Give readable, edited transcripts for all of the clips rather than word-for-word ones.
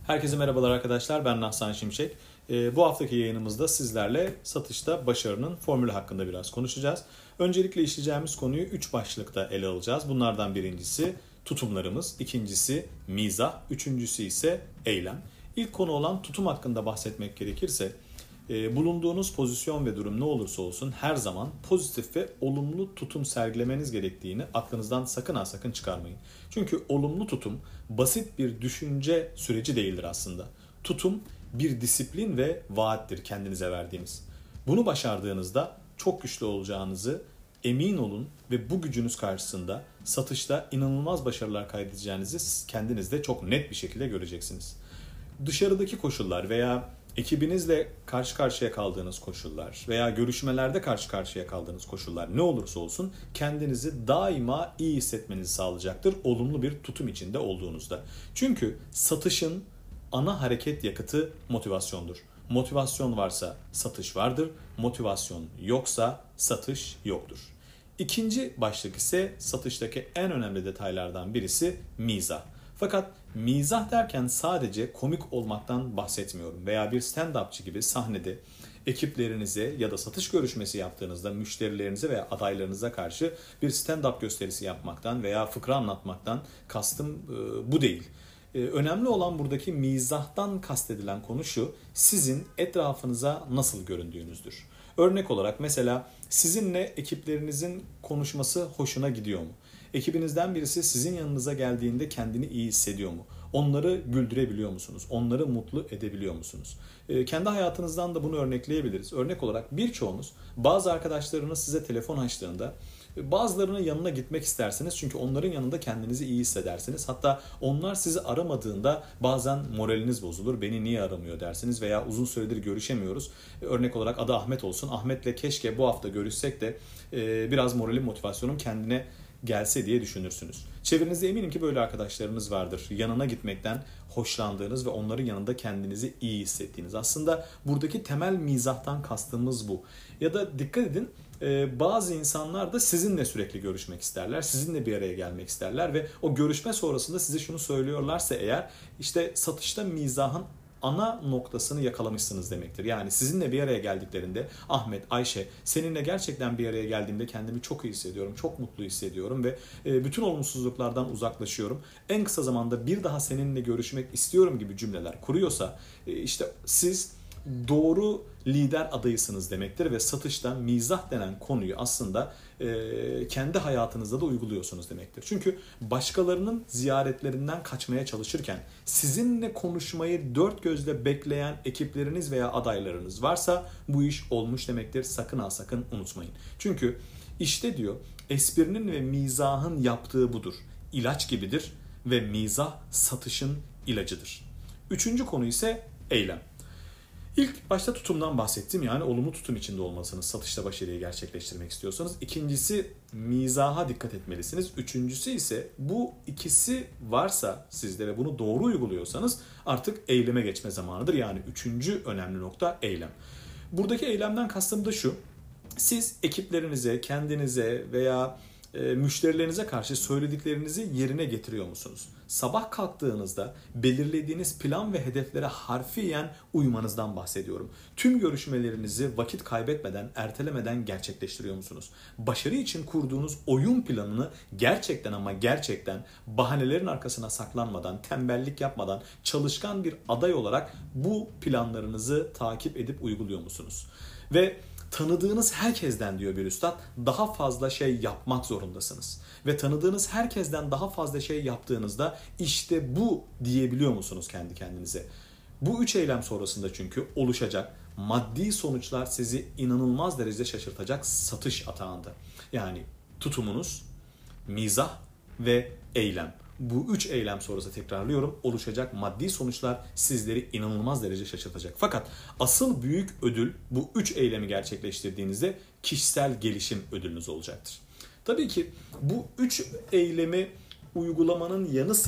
Herkese merhabalar arkadaşlar, ben Nahsan Şimşek. Bu haftaki yayınımızda sizlerle satışta başarının formülü hakkında biraz konuşacağız. Öncelikle işleyeceğimiz konuyu 3 başlıkta ele alacağız. Bunlardan birincisi tutumlarımız, ikincisi mizah, üçüncüsü ise eylem. İlk konu olan tutum hakkında bahsetmek gerekirse, bulunduğunuz pozisyon ve durum ne olursa olsun her zaman pozitif ve olumlu tutum sergilemeniz gerektiğini aklınızdan sakın çıkarmayın. Çünkü olumlu tutum basit bir düşünce süreci değildir aslında. Tutum bir disiplin ve vaattir kendinize verdiğiniz. Bunu başardığınızda çok güçlü olacağınızı emin olun ve bu gücünüz karşısında satışta inanılmaz başarılar kaydedeceğinizi kendiniz de çok net bir şekilde göreceksiniz. Dışarıdaki koşullar veya ekibinizle karşı karşıya kaldığınız koşullar veya görüşmelerde karşı karşıya kaldığınız koşullar ne olursa olsun kendinizi daima iyi hissetmenizi sağlayacaktır olumlu bir tutum içinde olduğunuzda. Çünkü satışın ana hareket yakıtı motivasyondur. Motivasyon varsa satış vardır, motivasyon yoksa satış yoktur. İkinci başlık ise satıştaki en önemli detaylardan birisi mizah. Fakat mizah derken sadece komik olmaktan bahsetmiyorum veya bir stand-upçı gibi sahnede ekiplerinize ya da satış görüşmesi yaptığınızda müşterilerinize veya adaylarınıza karşı bir stand-up gösterisi yapmaktan veya fıkra anlatmaktan kastım bu değil. Önemli olan buradaki mizahtan kastedilen konu şu, sizin etrafınıza nasıl göründüğünüzdür. Örnek olarak mesela sizinle ekiplerinizin konuşması hoşuna gidiyor mu? Ekibinizden birisi sizin yanınıza geldiğinde kendini iyi hissediyor mu? Onları güldürebiliyor musunuz? Onları mutlu edebiliyor musunuz? Kendi hayatınızdan da bunu örnekleyebiliriz. Örnek olarak birçoğunuz bazı arkadaşlarınız size telefon açtığında bazılarının yanına gitmek istersiniz çünkü onların yanında kendinizi iyi hissedersiniz. Hatta onlar sizi aramadığında bazen moraliniz bozulur. Beni niye aramıyor dersiniz veya uzun süredir görüşemiyoruz. Örnek olarak adı Ahmet olsun. Ahmet'le keşke bu hafta görüşsek de biraz moralim motivasyonum kendine gelse diye düşünürsünüz. Çevrenizde eminim ki böyle arkadaşlarınız vardır. Yanına gitmekten hoşlandığınız ve onların yanında kendinizi iyi hissettiğiniz. Aslında buradaki temel mizahtan kastımız bu. Ya da dikkat edin, bazı insanlar da sizinle sürekli görüşmek isterler. Sizinle bir araya gelmek isterler ve o görüşme sonrasında size şunu söylüyorlarsa eğer işte satışta mizahın ana noktasını yakalamışsınız demektir. Yani sizinle bir araya geldiklerinde Ahmet, Ayşe, seninle gerçekten bir araya geldiğimde kendimi çok iyi hissediyorum, çok mutlu hissediyorum ve bütün olumsuzluklardan uzaklaşıyorum. En kısa zamanda bir daha seninle görüşmek istiyorum gibi cümleler kuruyorsa işte siz doğru lider adayısınız demektir ve satışta mizah denen konuyu aslında kendi hayatınızda da uyguluyorsunuz demektir. Çünkü başkalarının ziyaretlerinden kaçmaya çalışırken sizinle konuşmayı dört gözle bekleyen ekipleriniz veya adaylarınız varsa bu iş olmuş demektir. Sakın ha sakın unutmayın. Çünkü işte diyor esprinin ve mizahın yaptığı budur. İlaç gibidir ve mizah satışın ilacıdır. Üçüncü konu ise eylem. İlk başta tutumdan bahsettim, yani olumlu tutum içinde olmalısınız satışta başarıyı gerçekleştirmek istiyorsanız. İkincisi mizaha dikkat etmelisiniz. Üçüncüsü ise bu ikisi varsa sizde ve bunu doğru uyguluyorsanız artık eyleme geçme zamanıdır. Yani üçüncü önemli nokta eylem. Buradaki eylemden kastım da şu: siz ekiplerinize, kendinize veya müşterilerinize karşı söylediklerinizi yerine getiriyor musunuz? Sabah kalktığınızda belirlediğiniz plan ve hedeflere harfiyen uymanızdan bahsediyorum. Tüm görüşmelerinizi vakit kaybetmeden, ertelemeden gerçekleştiriyor musunuz? Başarı için kurduğunuz oyun planını gerçekten ama gerçekten bahanelerin arkasına saklanmadan, tembellik yapmadan çalışkan bir aday olarak bu planlarınızı takip edip uyguluyor musunuz? Ve tanıdığınız herkesten, diyor bir üstad, daha fazla şey yapmak zorundasınız. Ve tanıdığınız herkesten daha fazla şey yaptığınızda işte bu diyebiliyor musunuz kendi kendinize? Bu üç eylem sonrasında çünkü oluşacak maddi sonuçlar sizi inanılmaz derecede şaşırtacak satış atağında. Yani tutumunuz, mizah ve eylem. Bu üç eylem sonrası, tekrarlıyorum, oluşacak maddi sonuçlar sizleri inanılmaz derece şaşırtacak. Fakat asıl büyük ödül bu üç eylemi gerçekleştirdiğinizde kişisel gelişim ödülünüz olacaktır. Tabii ki bu üç eylemi uygulamanın yanı sıra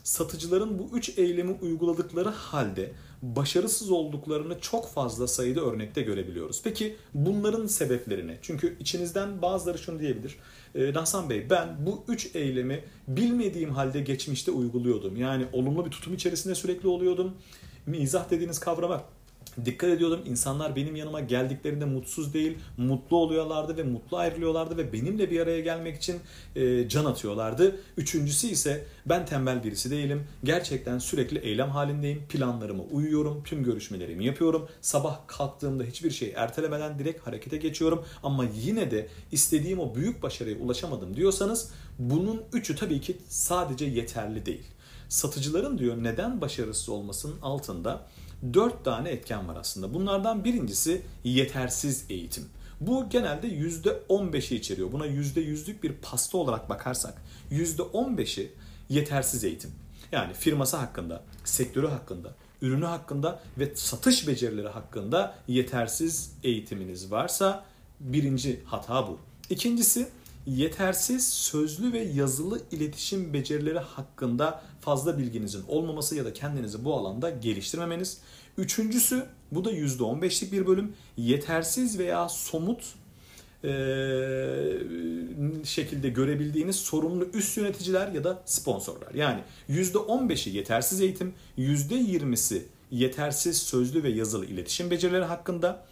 satıcıların bu 3 eylemi uyguladıkları halde başarısız olduklarını çok fazla sayıda örnekte görebiliyoruz. Peki bunların sebepleri ne? Çünkü içinizden bazıları şunu diyebilir. Hasan Bey, ben bu 3 eylemi bilmediğim halde geçmişte uyguluyordum. Yani olumlu bir tutum içerisinde sürekli oluyordum. Mizah dediğiniz kavrama dikkat ediyordum. İnsanlar benim yanıma geldiklerinde mutsuz değil, mutlu oluyorlardı ve mutlu ayrılıyorlardı ve benimle bir araya gelmek için can atıyorlardı. Üçüncüsü ise ben tembel birisi değilim. Gerçekten sürekli eylem halindeyim. Planlarıma uyuyorum, tüm görüşmelerimi yapıyorum. Sabah kalktığımda hiçbir şeyi ertelemeden direkt harekete geçiyorum. Ama yine de istediğim o büyük başarıya ulaşamadım diyorsanız bunun üçü tabii ki sadece yeterli değil. Satıcıların diyor neden başarısız olmasının altında 4 tane etken var aslında. Bunlardan birincisi yetersiz eğitim. Bu genelde %15'i içeriyor. Buna %100'lük bir pasta olarak bakarsak %15'i yetersiz eğitim. Yani firması hakkında, sektörü hakkında, ürünü hakkında ve satış becerileri hakkında yetersiz eğitiminiz varsa birinci hata bu. İkincisi yetersiz sözlü ve yazılı iletişim becerileri hakkında fazla bilginizin olmaması ya da kendinizi bu alanda geliştirmemeniz. Üçüncüsü, bu da %15'lik bir bölüm, yetersiz veya somut şekilde görebildiğiniz sorumlu üst yöneticiler ya da sponsorlar. Yani %15'i yetersiz eğitim, %20'si yetersiz sözlü ve yazılı iletişim becerileri hakkında,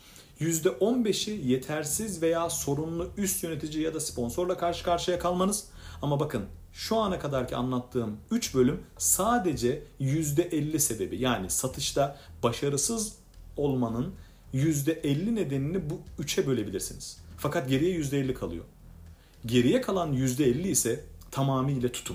%15'i yetersiz veya sorunlu üst yönetici ya da sponsorla karşı karşıya kalmanız. Ama bakın şu ana kadarki anlattığım 3 bölüm sadece %50 sebebi, yani satışta başarısız olmanın %50 nedenini bu 3'e bölebilirsiniz. Fakat geriye %50 kalıyor. Geriye kalan %50 ise tamamıyla tutum.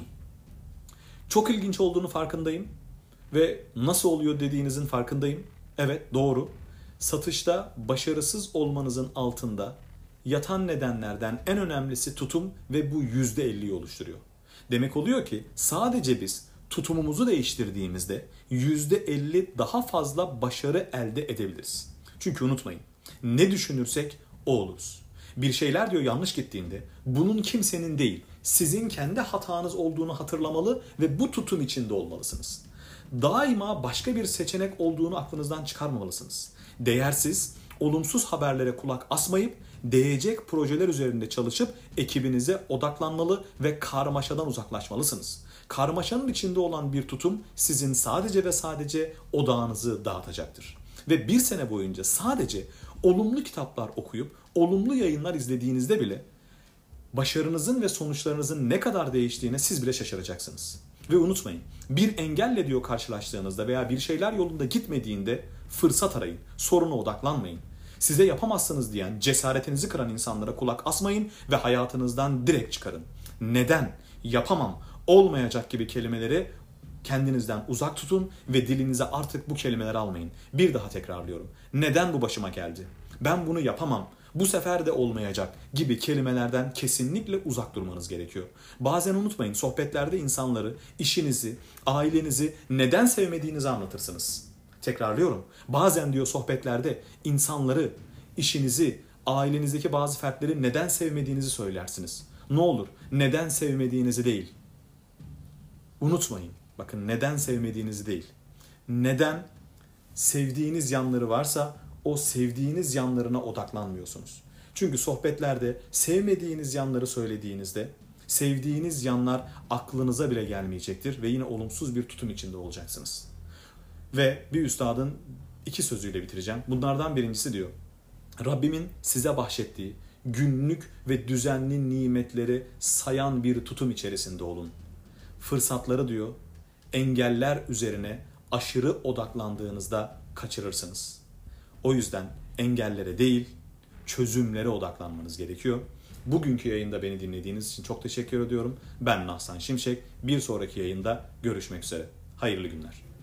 Çok ilginç olduğunu farkındayım ve nasıl oluyor dediğinizin farkındayım. Evet, doğru. Satışta başarısız olmanızın altında yatan nedenlerden en önemlisi tutum ve bu %50'yi oluşturuyor. Demek oluyor ki sadece biz tutumumuzu değiştirdiğimizde %50 daha fazla başarı elde edebiliriz. Çünkü unutmayın, ne düşünürsek o oluruz. Bir şeyler diyor yanlış gittiğinde bunun kimsenin değil, sizin kendi hatanız olduğunu hatırlamalı ve bu tutum içinde olmalısınız. Daima başka bir seçenek olduğunu aklınızdan çıkarmamalısınız. Değersiz, olumsuz haberlere kulak asmayıp değecek projeler üzerinde çalışıp ekibinize odaklanmalı ve karmaşadan uzaklaşmalısınız. Karmaşanın içinde olan bir tutum sizin sadece ve sadece odağınızı dağıtacaktır. Ve bir sene boyunca sadece olumlu kitaplar okuyup olumlu yayınlar izlediğinizde bile başarınızın ve sonuçlarınızın ne kadar değiştiğine siz bile şaşıracaksınız. Ve unutmayın, bir engelle diyor karşılaştığınızda veya bir şeyler yolunda gitmediğinde fırsat arayın, soruna odaklanmayın. Size yapamazsınız diyen, cesaretinizi kıran insanlara kulak asmayın ve hayatınızdan direkt çıkarın. Neden, yapamam, olmayacak gibi kelimeleri kendinizden uzak tutun ve dilinize artık bu kelimeleri almayın. Bir daha tekrarlıyorum. Neden bu başıma geldi? Ben bunu yapamam, bu sefer de olmayacak gibi kelimelerden kesinlikle uzak durmanız gerekiyor. Bazen unutmayın, sohbetlerde insanları, işinizi, ailenizi neden sevmediğinizi anlatırsınız. Tekrarlıyorum. Bazen diyor sohbetlerde insanları, işinizi, ailenizdeki bazı fertleri neden sevmediğinizi söylersiniz. Ne olur neden sevmediğinizi değil. Unutmayın. Bakın, neden sevmediğinizi değil. Neden sevdiğiniz yanları varsa o sevdiğiniz yanlarına odaklanmıyorsunuz. Çünkü sohbetlerde sevmediğiniz yanları söylediğinizde sevdiğiniz yanlar aklınıza bile gelmeyecektir ve yine olumsuz bir tutum içinde olacaksınız. Ve bir üstadın 2 sözüyle bitireceğim. Bunlardan birincisi diyor: Rabbimin size bahşettiği günlük ve düzenli nimetleri sayan bir tutum içerisinde olun. Fırsatları diyor engeller üzerine aşırı odaklandığınızda kaçırırsınız. O yüzden engellere değil, çözümlere odaklanmanız gerekiyor. Bugünkü yayında beni dinlediğiniz için çok teşekkür ediyorum. Ben Nahsan Şimşek. Bir sonraki yayında görüşmek üzere. Hayırlı günler.